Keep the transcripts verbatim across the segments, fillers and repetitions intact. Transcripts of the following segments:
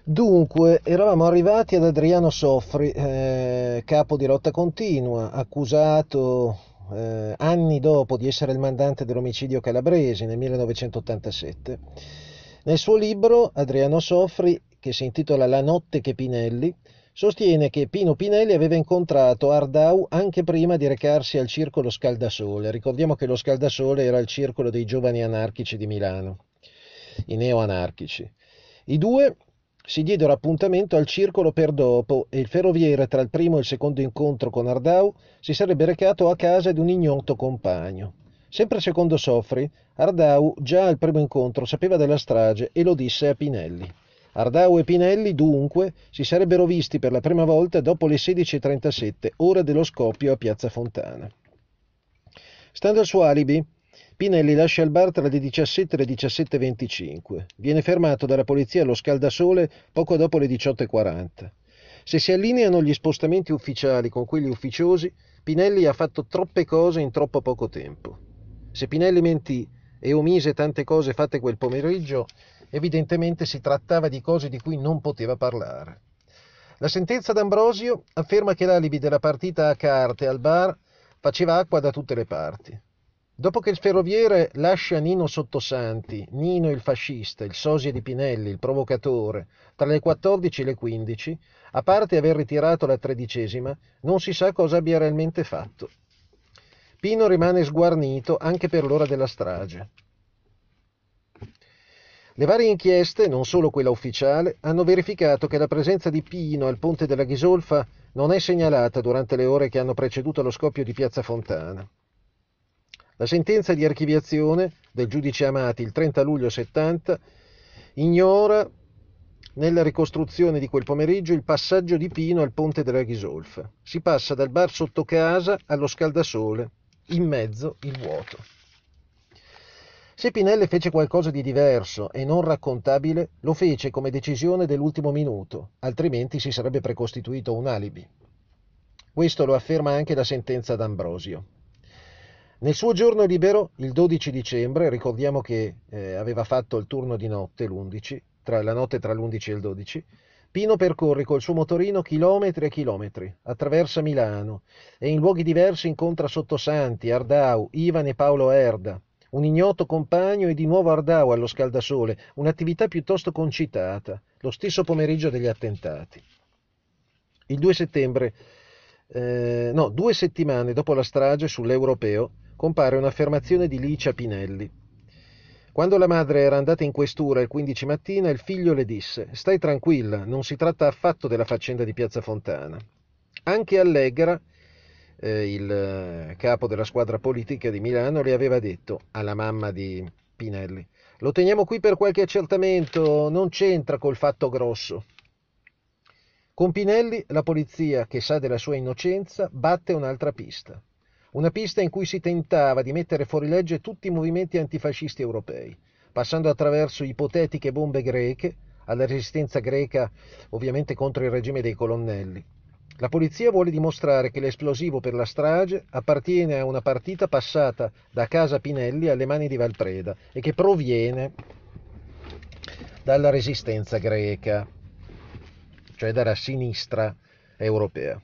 Dunque, eravamo arrivati ad Adriano Soffri, eh, capo di Lotta Continua, accusato eh, anni dopo di essere il mandante dell'omicidio calabresi nel millenovecentottantasette. Nel suo libro, Adriano Soffri, che si intitola La notte che Pinelli, sostiene che Pino Pinelli aveva incontrato Ardau anche prima di recarsi al circolo Scaldasole. Ricordiamo che lo Scaldasole era il circolo dei giovani anarchici di Milano, i neoanarchici. I due si diedero appuntamento al circolo per dopo e il ferroviere, tra il primo e il secondo incontro con Ardau, si sarebbe recato a casa di un ignoto compagno. Sempre secondo Soffri, Ardau già al primo incontro sapeva della strage e lo disse a Pinelli. Ardau e Pinelli, dunque, si sarebbero visti per la prima volta dopo le sedici e trentasette, ora dello scoppio a Piazza Fontana. Stando al suo alibi, Pinelli lascia il bar tra le diciassette e le diciassette e venticinque. Viene fermato dalla polizia allo Scaldasole poco dopo le diciotto e quaranta. Se si allineano gli spostamenti ufficiali con quelli ufficiosi, Pinelli ha fatto troppe cose in troppo poco tempo. Se Pinelli mentì e omise tante cose fatte quel pomeriggio, evidentemente si trattava di cose di cui non poteva parlare. La sentenza d'Ambrosio afferma che l'alibi della partita a carte al bar faceva acqua da tutte le parti. Dopo che il ferroviere lascia Nino Sottosanti, Nino il fascista, il sosia di Pinelli, il provocatore, tra le quattordici e le quindici, a parte aver ritirato la tredicesima, non si sa cosa abbia realmente fatto. Pino rimane sguarnito anche per l'ora della strage. Le varie inchieste, non solo quella ufficiale, hanno verificato che la presenza di Pino al ponte della Ghisolfa non è segnalata durante le ore che hanno preceduto lo scoppio di Piazza Fontana. La sentenza di archiviazione del giudice Amati il trenta luglio settanta ignora nella ricostruzione di quel pomeriggio il passaggio di Pino al ponte della Ghisolfa. Si passa dal bar sotto casa allo Scaldasole, in mezzo il vuoto. Se Pinelli fece qualcosa di diverso e non raccontabile, lo fece come decisione dell'ultimo minuto, altrimenti si sarebbe precostituito un alibi. Questo lo afferma anche la sentenza d'Ambrosio. Nel suo giorno libero, il dodici dicembre, ricordiamo che eh, aveva fatto il turno di notte, l'undici, tra la notte tra l'undici e il dodici, Pino percorre col suo motorino chilometri e chilometri, attraversa Milano e in luoghi diversi incontra Sottosanti, Ardau, Ivan e Paolo Erda, un ignoto compagno e di nuovo Ardau allo Scaldasole, un'attività piuttosto concitata, lo stesso pomeriggio degli attentati. Il due settembre, eh, no, due settimane dopo la strage sull'Europeo, compare un'affermazione di Licia Pinelli. Quando la madre era andata in questura il quindici mattina, il figlio le disse: «Stai tranquilla, non si tratta affatto della faccenda di Piazza Fontana». Anche Allegra, eh, il eh, capo della squadra politica di Milano, le aveva detto alla mamma di Pinelli: «Lo teniamo qui per qualche accertamento, non c'entra col fatto grosso». Con Pinelli la polizia, che sa della sua innocenza, batte un'altra pista. Una pista in cui si tentava di mettere fuori legge tutti i movimenti antifascisti europei, passando attraverso ipotetiche bombe greche, alla resistenza greca ovviamente contro il regime dei colonnelli. La polizia vuole dimostrare che l'esplosivo per la strage appartiene a una partita passata da casa Pinelli alle mani di Valpreda e che proviene dalla resistenza greca, cioè dalla sinistra europea.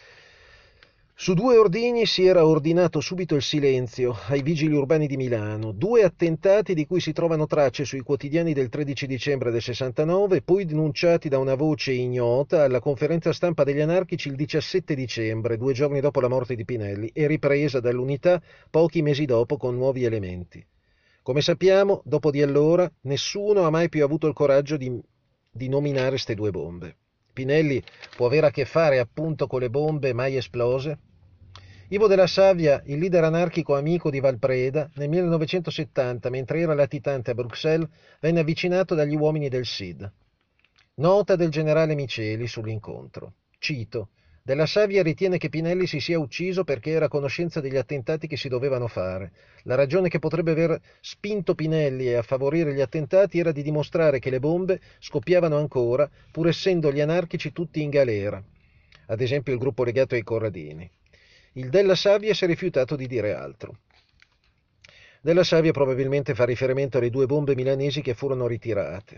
Su due ordini si era ordinato subito il silenzio ai vigili urbani di Milano, due attentati di cui si trovano tracce sui quotidiani del tredici dicembre del sessantanove, poi denunciati da una voce ignota alla conferenza stampa degli anarchici il diciassette dicembre, due giorni dopo la morte di Pinelli, e ripresa dall'Unità pochi mesi dopo con nuovi elementi. Come sappiamo, dopo di allora, nessuno ha mai più avuto il coraggio di, di nominare ste due bombe. Pinelli può avere a che fare appunto con le bombe mai esplose? Ivo della Savia, il leader anarchico amico di Valpreda, nel millenovecentosettanta, mentre era latitante a Bruxelles, venne avvicinato dagli uomini del S I D. Nota del generale Miceli sull'incontro. Cito: Della Savia ritiene che Pinelli si sia ucciso perché era a conoscenza degli attentati che si dovevano fare. La ragione che potrebbe aver spinto Pinelli a favorire gli attentati era di dimostrare che le bombe scoppiavano ancora, pur essendo gli anarchici tutti in galera, ad esempio il gruppo legato ai Corradini. Il Della Savia si è rifiutato di dire altro. Della Savia probabilmente fa riferimento alle due bombe milanesi che furono ritirate.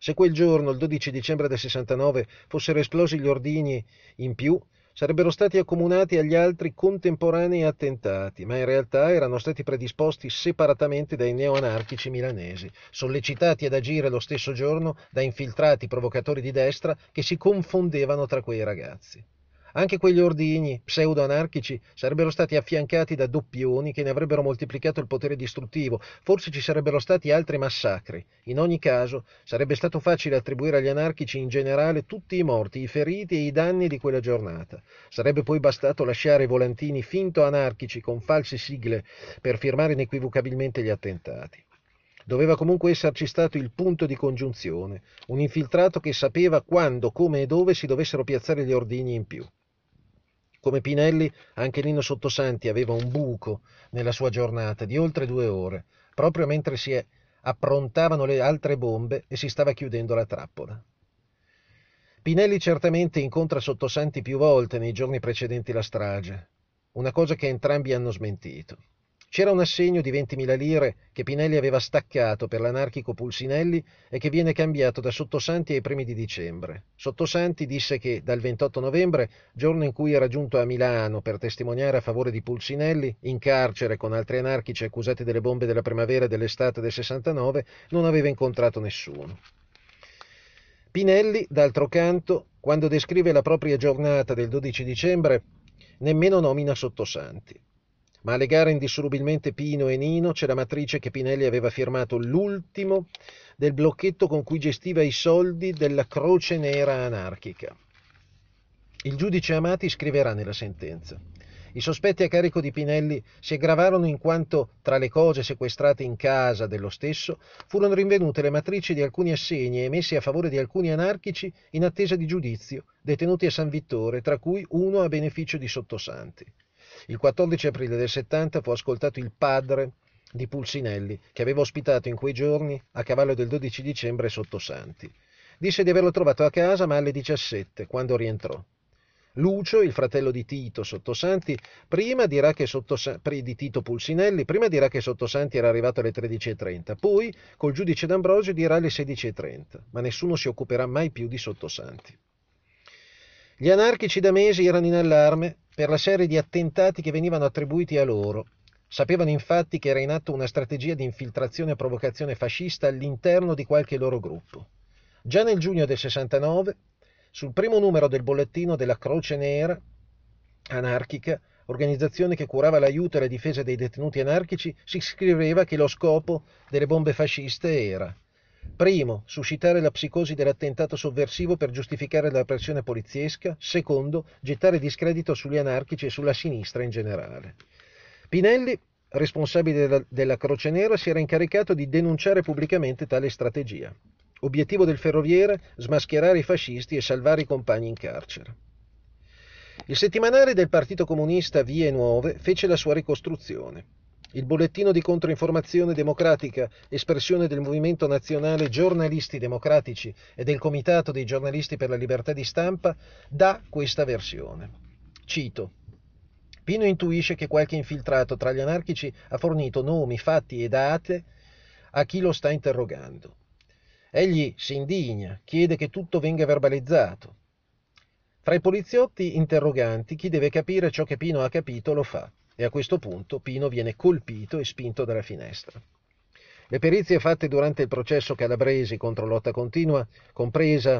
Se quel giorno, il dodici dicembre del sessantanove, fossero esplosi gli ordigni in più, sarebbero stati accomunati agli altri contemporanei attentati, ma in realtà erano stati predisposti separatamente dai neoanarchici milanesi, sollecitati ad agire lo stesso giorno da infiltrati provocatori di destra che si confondevano tra quei ragazzi. Anche quegli ordigni pseudo-anarchici sarebbero stati affiancati da doppioni che ne avrebbero moltiplicato il potere distruttivo, forse ci sarebbero stati altri massacri. In ogni caso, sarebbe stato facile attribuire agli anarchici in generale tutti i morti, i feriti e i danni di quella giornata. Sarebbe poi bastato lasciare i volantini finto anarchici con false sigle per firmare inequivocabilmente gli attentati. Doveva comunque esserci stato il punto di congiunzione, un infiltrato che sapeva quando, come e dove si dovessero piazzare gli ordigni in più. Come Pinelli, anche Nino Sottosanti aveva un buco nella sua giornata di oltre due ore, proprio mentre si approntavano le altre bombe e si stava chiudendo la trappola. Pinelli certamente incontra Sottosanti più volte nei giorni precedenti la strage, una cosa che entrambi hanno smentito. C'era un assegno di ventimila lire che Pinelli aveva staccato per l'anarchico Pulsinelli e che viene cambiato da Sottosanti ai primi di dicembre. Sottosanti disse che dal ventotto novembre, giorno in cui era giunto a Milano per testimoniare a favore di Pulsinelli, in carcere con altri anarchici accusati delle bombe della primavera e dell'estate del sessantanove, non aveva incontrato nessuno. Pinelli, d'altro canto, quando descrive la propria giornata del dodici dicembre, nemmeno nomina Sottosanti. Ma a legare indissolubilmente Pino e Nino c'è la matrice che Pinelli aveva firmato l'ultimo del blocchetto con cui gestiva i soldi della Croce Nera anarchica. Il giudice Amati scriverà nella sentenza: i sospetti a carico di Pinelli si aggravarono in quanto, tra le cose sequestrate in casa dello stesso, furono rinvenute le matrici di alcuni assegni emessi a favore di alcuni anarchici in attesa di giudizio, detenuti a San Vittore, tra cui uno a beneficio di Sottosanti. Il quattordici aprile del settanta fu ascoltato il padre di Pulsinelli, che aveva ospitato in quei giorni, a cavallo del dodici dicembre, Sottosanti. Disse di averlo trovato a casa, ma alle diciassette, quando rientrò. Lucio, il fratello di Tito Sottosanti, prima dirà che Sottosanti, di Tito Pulsinelli, prima dirà che Sottosanti era arrivato alle tredici e trenta, poi col giudice D'Ambrosio dirà alle sedici e trenta, ma nessuno si occuperà mai più di Sottosanti. Gli anarchici da mesi erano in allarme per la serie di attentati che venivano attribuiti a loro. Sapevano infatti che era in atto una strategia di infiltrazione e provocazione fascista all'interno di qualche loro gruppo. Già nel giugno del sessantanove, sul primo numero del bollettino della Croce Nera anarchica, organizzazione che curava l'aiuto e la difesa dei detenuti anarchici, si scriveva che lo scopo delle bombe fasciste era: primo, suscitare la psicosi dell'attentato sovversivo per giustificare la repressione poliziesca. Secondo, gettare discredito sugli anarchici e sulla sinistra in generale. Pinelli, responsabile della, della Croce Nera, si era incaricato di denunciare pubblicamente tale strategia. Obiettivo del Ferroviere: smascherare i fascisti e salvare i compagni in carcere. Il settimanale del Partito Comunista Vie Nuove fece la sua ricostruzione. Il bollettino di controinformazione democratica, espressione del Movimento Nazionale Giornalisti Democratici e del Comitato dei Giornalisti per la Libertà di Stampa, dà questa versione. Cito: Pino intuisce che qualche infiltrato tra gli anarchici ha fornito nomi, fatti e date a chi lo sta interrogando. Egli si indigna, chiede che tutto venga verbalizzato. Fra i poliziotti interroganti, chi deve capire ciò che Pino ha capito lo fa. E a questo punto Pino viene colpito e spinto dalla finestra. Le perizie fatte durante il processo Calabresi contro Lotta Continua, compresa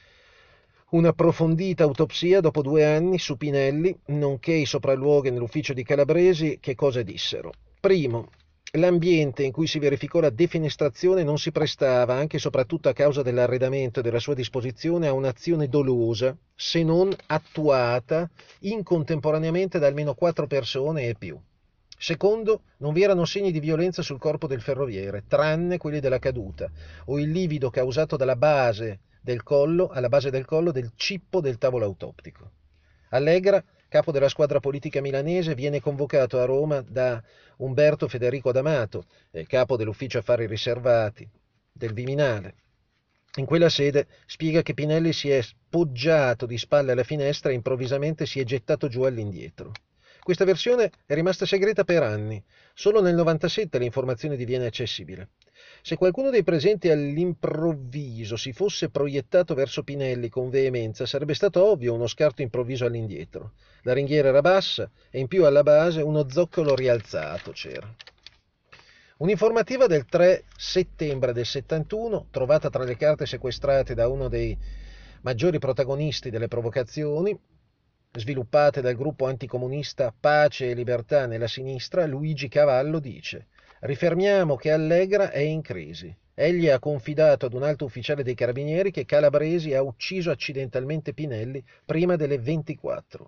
un'approfondita autopsia dopo due anni su Pinelli, nonché i sopralluoghi nell'ufficio di Calabresi, che cosa dissero? Primo, l'ambiente in cui si verificò la defenestrazione non si prestava, anche e soprattutto a causa dell'arredamento e della sua disposizione, a un'azione dolosa, se non attuata in contemporaneamente da almeno quattro persone e più. Secondo, non vi erano segni di violenza sul corpo del ferroviere, tranne quelli della caduta, o il livido causato dalla base del collo, alla base del collo del cippo del tavolo autoptico. Allegra, capo della squadra politica milanese, viene convocato a Roma da Umberto Federico D'Amato, capo dell'ufficio affari riservati del Viminale. In quella sede spiega che Pinelli si è poggiato di spalle alla finestra e improvvisamente si è gettato giù all'indietro. Questa versione è rimasta segreta per anni, solo nel novantasette l'informazione diviene accessibile. Se qualcuno dei presenti all'improvviso si fosse proiettato verso Pinelli con veemenza, sarebbe stato ovvio uno scarto improvviso all'indietro. La ringhiera era bassa e in più alla base uno zoccolo rialzato c'era. Un'informativa del tre settembre del settantuno, trovata tra le carte sequestrate da uno dei maggiori protagonisti delle provocazioni, sviluppate dal gruppo anticomunista Pace e Libertà nella sinistra, Luigi Cavallo dice: «Rifermiamo che Allegra è in crisi. Egli ha confidato ad un alto ufficiale dei Carabinieri che Calabresi ha ucciso accidentalmente Pinelli prima delle ventiquattro».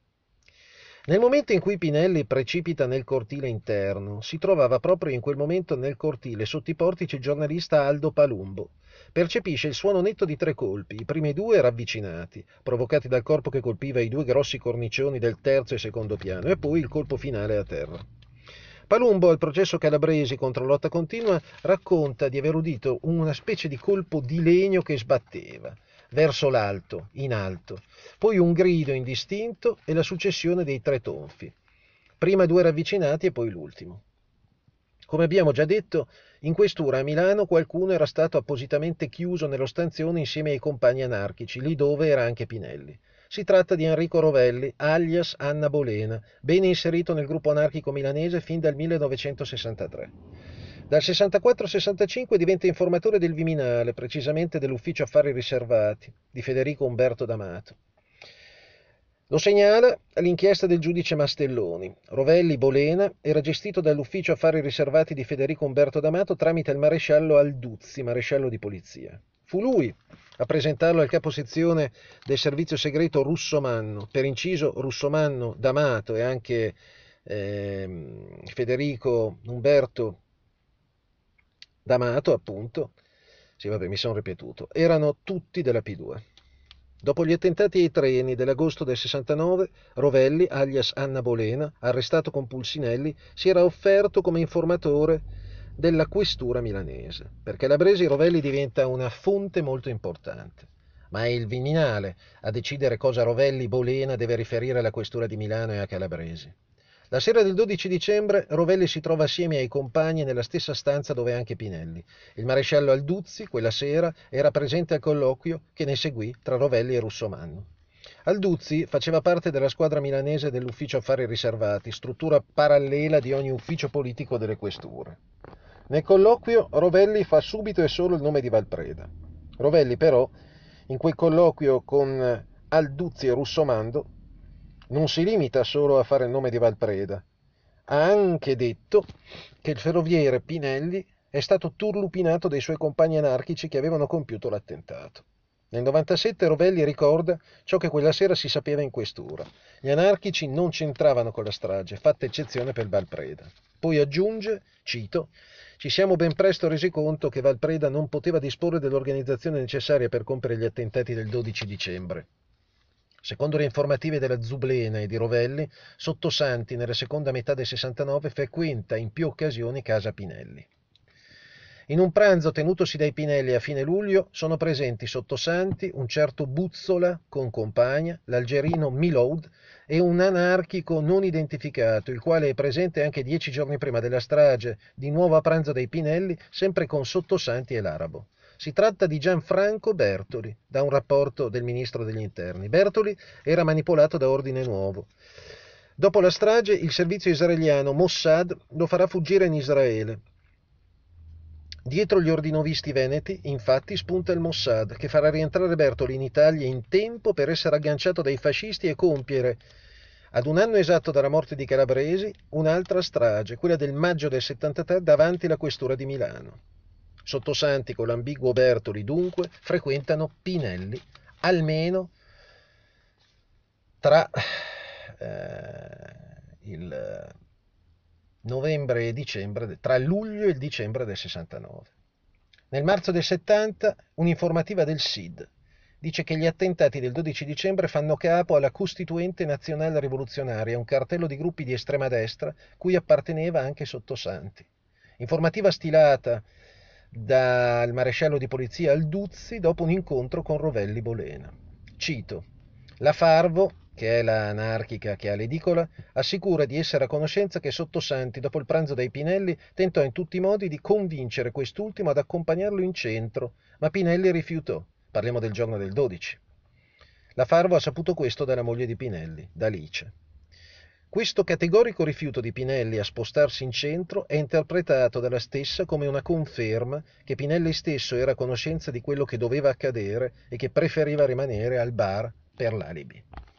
Nel momento in cui Pinelli precipita nel cortile interno, si trovava proprio in quel momento nel cortile sotto i portici il giornalista Aldo Palumbo. Percepisce il suono netto di tre colpi, i primi due ravvicinati, provocati dal corpo che colpiva i due grossi cornicioni del terzo e secondo piano, e poi il colpo finale a terra. Palumbo, al processo Calabresi contro lotta continua, racconta di aver udito una specie di colpo di legno che sbatteva verso l'alto, in alto, poi un grido indistinto e la successione dei tre tonfi, prima due ravvicinati e poi l'ultimo. Come abbiamo già detto, in questura a Milano qualcuno era stato appositamente chiuso nello stanzione insieme ai compagni anarchici, lì dove era anche Pinelli. Si tratta di Enrico Rovelli, alias Anna Bolena, bene inserito nel gruppo anarchico milanese fin dal millenovecentosessantatré. Dal sessantaquattro sessantacinque diventa informatore del Viminale, precisamente dell'Ufficio Affari Riservati, di Federico Umberto D'Amato. Lo segnala l'inchiesta del giudice Mastelloni. Rovelli Bolena era gestito dall'Ufficio Affari Riservati di Federico Umberto D'Amato tramite il maresciallo Alduzzi, maresciallo di polizia. Fu lui a presentarlo al caposezione del servizio segreto Russomanno, per inciso Russomanno, D'Amato e anche eh, Federico Umberto D'Amato, appunto, sì vabbè mi sono ripetuto, erano tutti della P due. Dopo gli attentati ai treni dell'agosto del sessantanove, Rovelli, alias Anna Bolena, arrestato con Pulsinelli, si era offerto come informatore della questura milanese. Per Calabresi Rovelli diventa una fonte molto importante, ma è il Viminale a decidere cosa Rovelli Bolena deve riferire alla questura di Milano e a Calabresi. La sera del dodici dicembre Rovelli si trova assieme ai compagni nella stessa stanza dove anche Pinelli. Il maresciallo Alduzzi, quella sera, era presente al colloquio che ne seguì tra Rovelli e Russomanno. Alduzzi faceva parte della squadra milanese dell'Ufficio Affari Riservati, struttura parallela di ogni ufficio politico delle questure. Nel colloquio Rovelli fa subito e solo il nome di Valpreda. Rovelli però, in quel colloquio con Alduzzi e Russomanno, non si limita solo a fare il nome di Valpreda. Ha anche detto che il ferroviere Pinelli è stato turlupinato dai suoi compagni anarchici che avevano compiuto l'attentato. Nel novantasette Rovelli ricorda ciò che quella sera si sapeva in questura. Gli anarchici non c'entravano con la strage, fatta eccezione per Valpreda. Poi aggiunge, cito, «Ci siamo ben presto resi conto che Valpreda non poteva disporre dell'organizzazione necessaria per compiere gli attentati del dodici dicembre. Secondo le informative della Zublena e di Rovelli, Sottosanti nella seconda metà del sessantanove frequenta in più occasioni casa Pinelli. In un pranzo tenutosi dai Pinelli a fine luglio sono presenti Sottosanti, un certo Buzzola con compagna, l'algerino Miloud e un anarchico non identificato, il quale è presente anche dieci giorni prima della strage, di nuovo a pranzo dai Pinelli, sempre con Sottosanti e l'arabo. Si tratta di Gianfranco Bertoli, da un rapporto del ministro degli interni. Bertoli era manipolato da Ordine Nuovo. Dopo la strage, il servizio israeliano Mossad lo farà fuggire in Israele. Dietro gli ordinovisti veneti, infatti, spunta il Mossad, che farà rientrare Bertoli in Italia in tempo per essere agganciato dai fascisti e compiere, ad un anno esatto dalla morte di Calabresi, un'altra strage, quella del maggio del settantatré davanti la questura di Milano. Sottosanti con l'ambiguo Bertoli, dunque, frequentano Pinelli, almeno tra eh, il novembre e dicembre, tra luglio e il dicembre del sessantanove. Nel marzo del settanta, un'informativa del S I D dice che gli attentati del dodici dicembre fanno capo alla Costituente Nazionale Rivoluzionaria, un cartello di gruppi di estrema destra cui apparteneva anche Sottosanti. Informativa stilata dal maresciallo di polizia Alduzzi dopo un incontro con Rovelli Bolena. Cito: «La Farvo, che è la anarchica che ha l'edicola, assicura di essere a conoscenza che Sottosanti, dopo il pranzo dai Pinelli, tentò in tutti i modi di convincere quest'ultimo ad accompagnarlo in centro, ma Pinelli rifiutò. Parliamo del giorno del dodici. La Farvo ha saputo questo dalla moglie di Pinelli, da Alice. Questo categorico rifiuto di Pinelli a spostarsi in centro è interpretato dalla stessa come una conferma che Pinelli stesso era a conoscenza di quello che doveva accadere e che preferiva rimanere al bar per l'alibi.